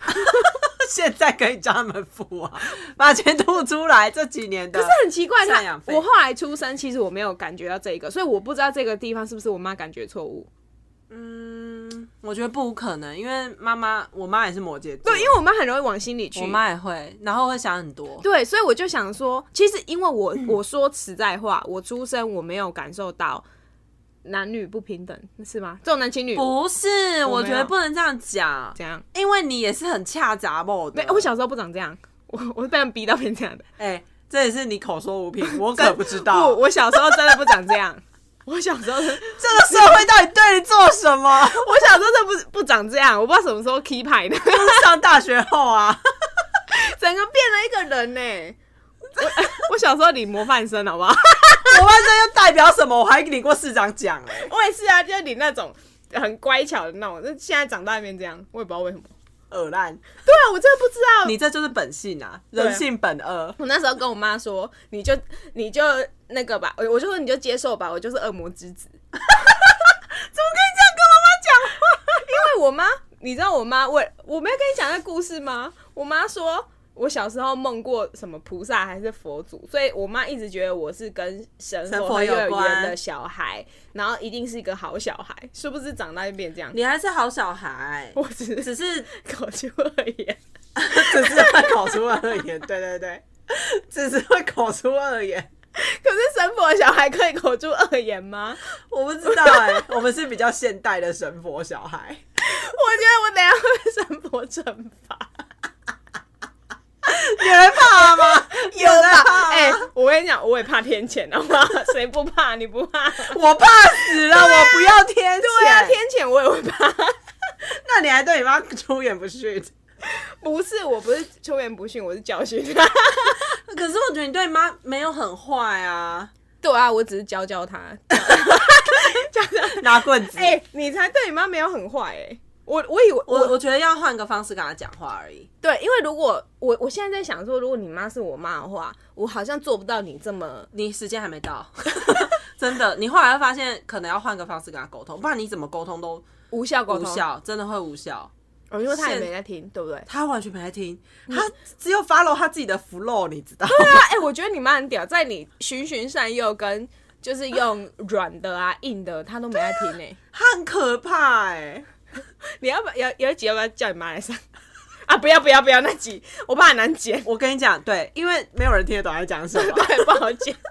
现在可以叫他们付啊，把钱吐出来。这几年的可是很奇怪，我后来出生，其实我没有感觉到这个，所以我不知道这个地方是不是我妈感觉错误。 我觉得不可能，因为我妈也是摩羯座， 对，因为我妈很容易往心里去， 我妈也会，然后会想很多， 对，所以我就想说，其实因为我说实在话，我出生我没有感受到男女不平等，是吗？重男轻女不是，我觉得不能这样讲， 怎样？ 因为你也是很恰杂某的， 我小时候不长这样，我是被人逼到变这样的， 这也是你口说无凭，我可不知道， 我小时候真的不长这样。我小时候这个社会到底对你做什么？ 我小时候真的不长这样，我不知道什么时候 key 牌的， 就是上大学后啊， 整个变了一个人呢。我小时候领模范生，好不好？ 模范生又代表什么？我还领过市长奖哎。 我也是啊，就是领那种很乖巧的那种。现在长大变这样，我也不知道为什么。 恶烂。 对啊，我真的不知道。 你这就是本性啊，人性本恶。 我那时候跟我妈说，你就那个吧，我就说你就接受吧，我就是恶魔之子。怎么可以这样跟妈妈讲话？ 因为我妈，你知道我妈我没有跟你讲那故事吗？我妈说我小时候梦过什么菩萨还是佛祖，所以我妈一直觉得我是跟神佛很有缘的小孩，然后一定是一个好小孩，殊不知长大就变这样。 你还是好小孩， 我只是口出恶言， 只是会口出恶言，对，只是会口出恶言。 可是神佛的小孩可以口出恶言吗？ 我不知道我们是比较现代的神佛小孩。 我觉得我等一下会被神佛惩罚。 有人怕吗？有吧？我跟你讲，我也怕天谴，好吗？谁不怕？你不怕？ 我怕死了，我不要天谴。 对啊，天谴我也会怕。 那你还对你妈出言不逊？ 不是，我不是出言不逊，我是教训她。可是我觉得你对你妈没有很坏啊。 对啊，我只是教她， 拿棍子。 你才对你妈没有很坏我以为我觉得要换个方式跟她讲话而已。 对，因为如果我现在在想说，如果你妈是我妈的话，我好像做不到你这么， 你时间还没到，真的，你后来会发现可能要换个方式跟她沟通，不然你怎么沟通都无效沟通， 无效，真的会无效。 因为他也没在听，对不对？ 他完全没在听，他只有 follow 他自己的 flow， 你知道吗？ 对啊，我觉得你妈很屌，在你循循善诱跟就是用软的啊、硬的，他都没在听他很可怕你要不要有一集要不要叫你妈来上啊？不要那集，我怕很难剪。 我跟你讲，对，因为没有人听得懂在讲什么， 对，不好剪。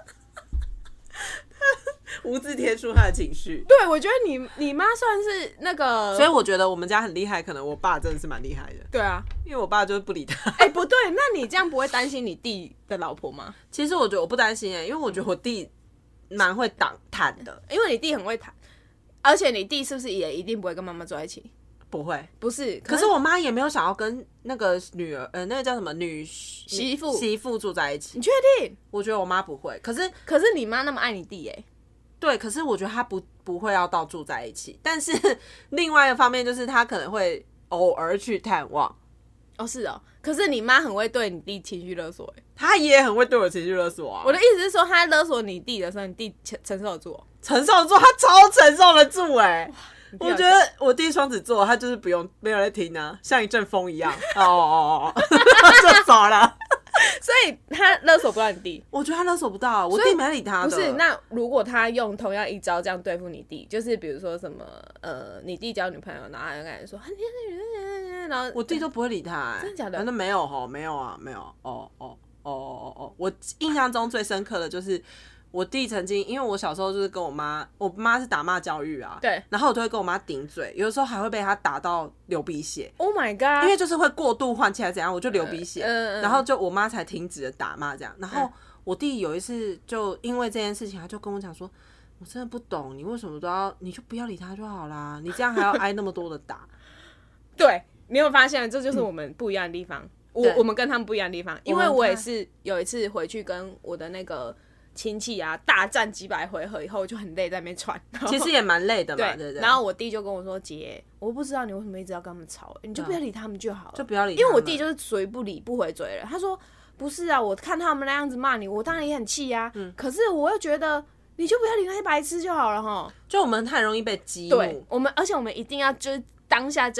无字贴出他的情绪。 对，我觉得你妈算是那个， 所以我觉得我们家很厉害，可能我爸真的是蛮厉害的。 对啊， 因为我爸就是不理他。 不对，那你这样不会担心你弟的老婆吗？ 其实我觉得我不担心因为我觉得我弟蛮会谈的， 因为你弟很会谈，而且你弟是不是也一定不会跟妈妈坐在一起？ 不会， 不是。 可是我妈也没有想要跟那个女儿，那个叫什么媳妇住在一起。 你确定？ 我觉得我妈不会。可是你妈那么爱你弟对，可是我觉得她不会要到住在一起。但是另外一个方面就是她可能会偶尔去探望。 是哦。可是你妈很会对你弟情绪勒索她也很会对我情绪勒索啊。 我的意思是说，她勒索你弟的时候，你弟承受得住承受得住，他超承受得住我觉得我弟双子座，他就是没有在听啊，像一阵风一样，就走了。 所以他勒索不到你弟， 我觉得他勒索不到，我弟没理他的。 不是，那如果他用同样一招这样对付你弟，就是比如说什么你弟交女朋友，然后他就跟人说，然后我弟都不会理他真的假的？ 反正没有没有啊，没有我印象中最深刻的就是我弟曾经，因为我小时候就是跟我妈是打骂教育啊， 对， 然后我都会跟我妈顶嘴，有的时候还会被她打到流鼻血。 Oh my god！ 因为就是会过度换气还是怎样，我就流鼻血，然后就我妈才停止了打骂这样。然后我弟有一次就因为这件事情，他就跟我讲说，我真的不懂你为什么你就不要理他就好啦，你这样还要挨那么多的打。 对，你有发现这就是我们不一样的地方，我们跟他们不一样的地方，因为我也是有一次回去跟我的那个亲戚啊大战几百回合以后就很累，在那边喘， 其实也蛮累的嘛，对。 然后我弟就跟我说：“姐，我不知道你为什么一直要跟他们吵，你就不要理他们就好了， 就不要理他们。” 因为我弟就是属于不理不回嘴了。他说：“不是啊，我看他们那样子骂你，我当然也很气啊。可是我又觉得你就不要理那些白痴就好了哈。” 就我们太容易被激怒， 对，而且我们一定要就是当下真的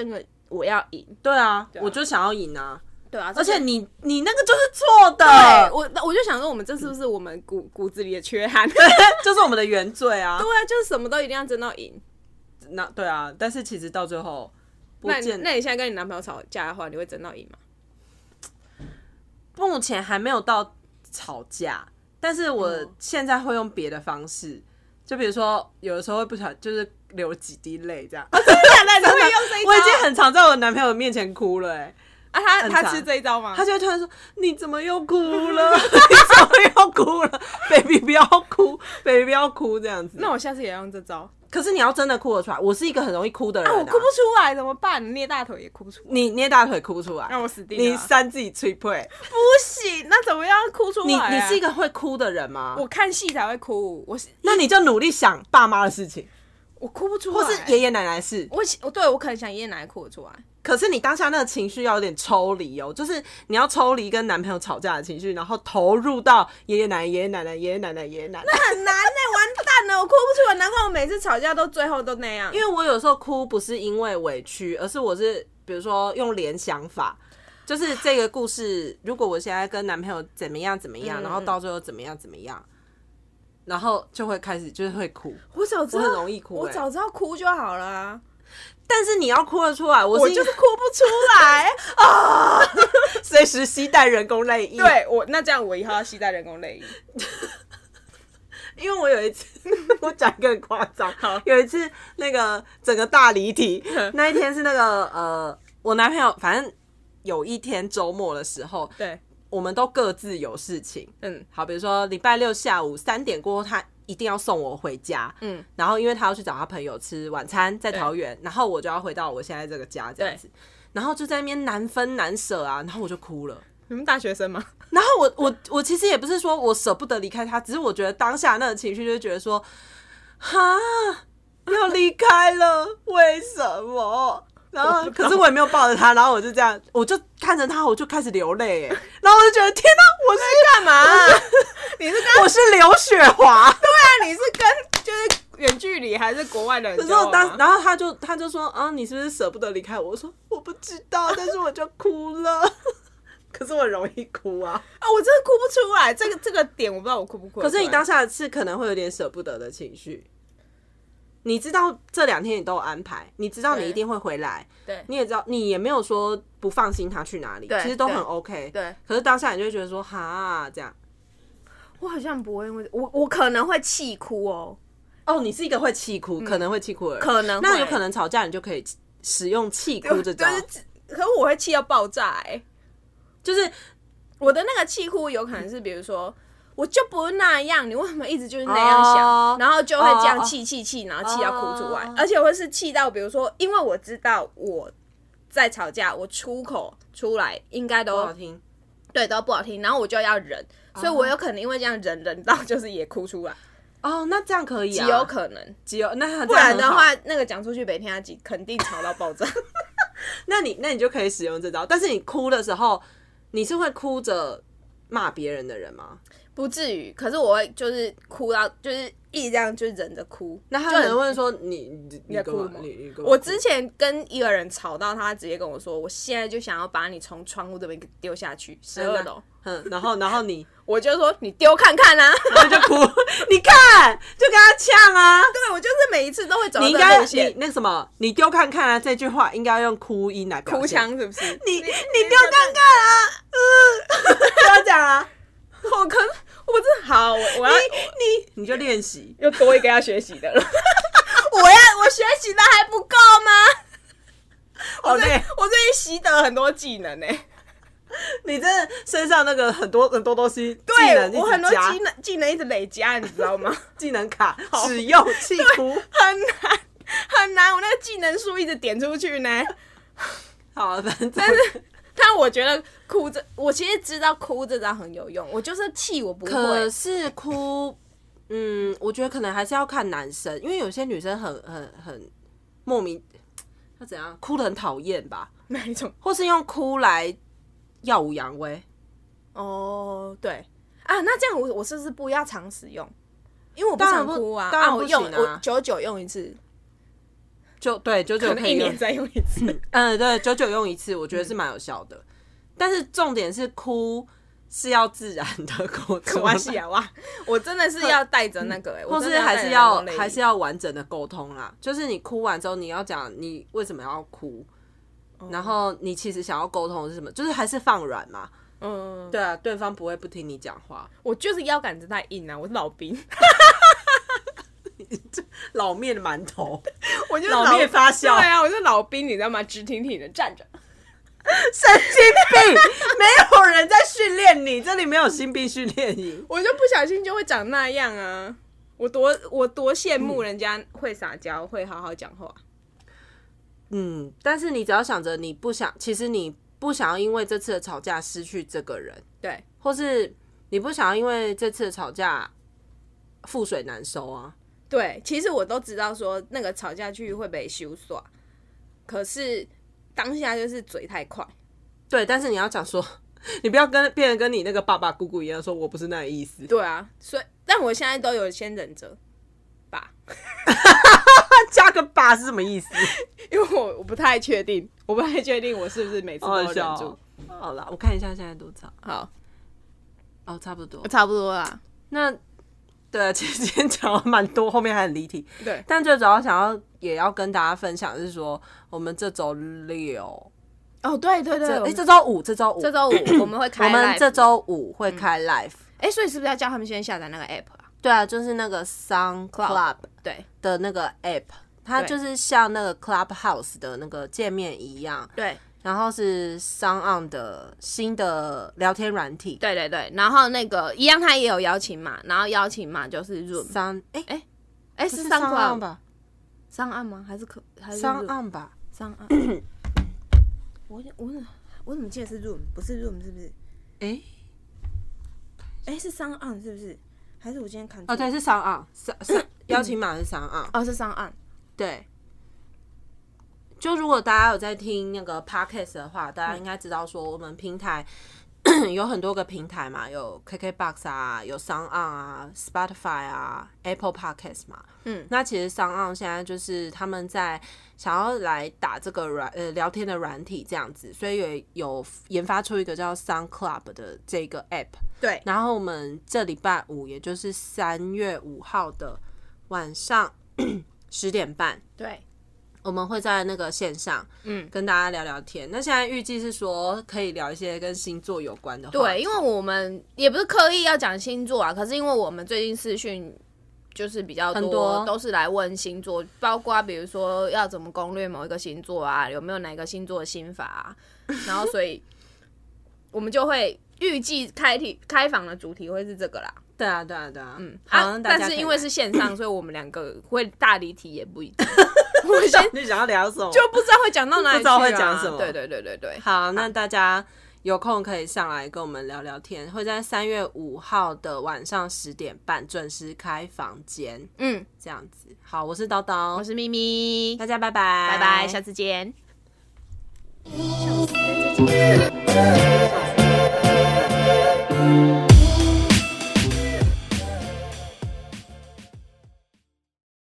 我要赢。 对啊，我就想要赢啊。 对啊， 而且你那个就是错的。 对，我就想说，我们这是不是我们骨子里的缺憾？ 就是我们的原罪啊。 对啊，就是什么都一定要争到赢。 那对啊，但是其实到最后， 那你现在跟你男朋友吵架的话，你会争到赢吗？ 目前还没有到吵架，但是我现在会用别的方式，就比如说有的时候会不小心就是流几滴泪这样。真的假的？你会用这一招？我已经很常在我男朋友面前哭了他吃这一招吗？ 他就会突然说：“你怎么又哭了？你怎么又哭了 ？Baby 不要哭 ，Baby 不要哭，这样子。” 那我下次也要用这招。 可是你要真的哭得出来，我是一个很容易哭的人我哭不出来怎么办？捏大腿也哭不出来。 你捏大腿哭不出来， 那我死定了。 你扇自己吹背， 不行，那怎么样哭出来？ 你是一个会哭的人吗？ 我看戏才会哭。 那你就努力想爸妈的事情。 我哭不出来， 或是爷爷奶奶的事。 我可能想爷爷奶奶哭得出来。 可是你当下那个情绪要有点抽离哦，就是你要抽离跟男朋友吵架的情绪，然后投入到爷爷奶奶、爷爷奶奶、爷爷奶奶、爷爷奶奶， 那很难完蛋了，我哭不出来。难怪我每次吵架都最后都那样。 因为我有时候哭不是因为委屈，而是我是比如说用联想法，就是这个故事，如果我现在跟男朋友怎么样怎么样，然后到最后怎么样怎么样，然后就会开始就是会哭。 我早知道， 我很容易哭， 我早知道哭就好了啊。 但是你要哭得出来， 我就是哭不出来啊！ 随时携带人工泪液。 对，那这样我以后要携带人工泪液。 因为我有一次，我讲一个很夸张，有一次那个整个大离题，那一天是那个我男朋友，反正有一天周末的时候， 对， 我们都各自有事情，好，比如说礼拜六下午3点过后，他一定要送我回家，然后因为他要去找他朋友吃晚餐，在桃园，然后我就要回到我现在这个家这样子，然后就在那边难分难舍啊，然后我就哭了。 你们大学生吗？ 然后我其实也不是说我舍不得离开他，只是我觉得当下那个情绪就是觉得说，哈，要离开了，为什么？然后可是我也没有抱着他，然后我就这样，我就看着他，我就开始流泪，然后我就觉得天哪，我是干嘛？你是跟我是刘雪华？ 对啊，你是跟就是远距离还是国外的人交往吗？ 然后他就说啊，你是不是舍不得离开我？我说我不知道，但是我就哭了。可是我容易哭啊！ 我真的哭不出来，这个点我不知道我哭不哭。 可是你当下是可能会有点舍不得的情绪。你知道这2天你都有安排，你知道你一定会回来， 对， 你也知道你也没有说不放心他去哪里，其实都很 OK。 对， 可是当下你就会觉得说哈这样， 我好像不会，因为我可能会气哭哦。 你是一个会气哭，可能会气哭的人， 可能那有可能吵架你就可以使用气哭这招。 可是我会气到爆炸就是我的那个气哭有可能是比如说我就不是那样，你为什么一直就是那样想，然后就会这样气，然后气到哭出来，而且会是气到比如说，因为我知道我在吵架，我出口出来应该都不好听， 对，都不好听，然后我就要忍，所以我有可能因为这样忍到就是也哭出来。 那这样可以啊， 极有可能， 那不然的话，那个讲出去每天他肯定吵到爆炸。 那你就可以使用这招，但是你哭的时候。你是会哭着骂别人的人吗？ 不至于，可是我会就是哭到就是一直这样就忍着哭。 那他可能问说你哭吗？我之前跟一个人吵到，他直接跟我说，我现在就想要把你从窗户这边丢下去12楼。 然后你我就说你丢看看啊， 然后就哭，你看就跟他呛啊。 对，我就是每一次都会走这个路线。 你那什么，你丢看看啊，这句话应该要用哭音来表现。 哭腔是不是？ 你丢看看啊，不要讲啊。 我真好，我要你就练习， 又多一个要学习的了。我学习的还不够吗？我最近习得很多技能你真的身上那个很多东西， 对，我很多技能一直累加，你知道吗？ 技能卡使用气哭很难，我那个技能树一直点出去呢。 好，反正但我觉得哭这，我其实知道哭这招很有用，我就是气我不会。 可是哭，我觉得可能还是要看男生，因为有些女生很莫名要怎样哭得很讨厌吧？ 哪一种？ 或是用哭来耀武扬威。 对啊，那这样我是不是不要常使用？因为我不常哭啊，我久久用一次。 对99可以一年再用一次。 对，99用一次，我觉得是蛮有效的。但是重点是哭是要自然的沟通。 哇塞哇，我真的是要带着那个或是还是要完整的沟通啦。就是你哭完之后，你要讲你为什么要哭，然后你其实想要沟通的是什么，就是还是放软嘛。对啊，对方不会不听你讲话。 我就是腰杆子太硬啊，我是老兵。 老面的馒头， 我就老面发酵。 对啊，我是老兵，你知道吗？直挺挺的站着。 神经病！没有人在训练你，这里没有新兵训练营。 我就不小心就会长那样啊！我多羡慕人家会撒娇，会好好讲话。 但是你只要想着你不想，其实你不想要因为这次的吵架失去这个人， 对， 或是你不想要因为这次的吵架覆水难收啊。 对，其实我都知道说那个吵架去会被羞耍，可是当下就是嘴太快。 对，但是你要讲说，你不要变成跟你那个爸爸姑姑一样，说我不是那个意思。 对啊，所以但我现在都有先忍着吧。 加个爸是什么意思？ 因为我不太确定，我是不是每次都忍住。 好啦，我看一下现在多长。 好， 差不多啦。 那对啊，其实今天讲了蛮多，后面还很离题。 对， 但最主要也要跟大家分享的是说，我们这周6。 对， 这周五我们会开 live， 我们这周五会开 live。 所以是不是要叫他们先下载那个 app 啊？ 对啊，就是那个 Sound Club 对的那个 app， 它就是像那个 Clubhouse 的那个界面一样。 对。 然后是 Sound On 的新的聊天软体。 对，然后那个一样，它也有邀请码，然后邀请码就是 Zoom。是 Sound Club 吧？Sound On 吗？还是 Sound On 吧 ？Sound On。我怎么记得是 Zoom？ 不是 Zoom 是不是？是 Sound On 是不是？还是我今天看错？ 对，是 Sound On， 邀请码是 Sound On。 是 Sound On。 对。就如果大家有在听那个 podcast 的话，大家应该知道说我们平台有很多个平台嘛，有 KKBOX 啊，有 SoundOn 啊 ，Spotify 啊 ，Apple Podcast 嘛。那其实 SoundOn 现在就是他们在想要来打这个聊天的软体这样子，所以也有研发出一个叫 Sound Club 的这个 app。 对。 然后我们这礼拜5，也就是3月5号的晚上10点半。 对。 我们会在那个线上，跟大家聊聊天。那现在预计是说可以聊一些跟星座有关的话题。 对，因为我们也不是刻意要讲星座啊，可是因为我们最近视讯就是比较多都是来问星座，包括比如说要怎么攻略某一个星座啊，有没有哪个星座的心法啊，然后所以我们就会预计开房的主题会是这个啦。 对啊。 但是因为是线上，所以我们两个会大离题也不一定。 你想要聊什么？ 就不知道会讲到哪里去， 不知道会讲什么。 对。 好，那大家有空可以上来跟我们聊聊天，会在3月5号的晚上10点半准时开房间。这样子。好，我是叨叨， 我是咪咪， 大家拜拜， 拜拜，下次见。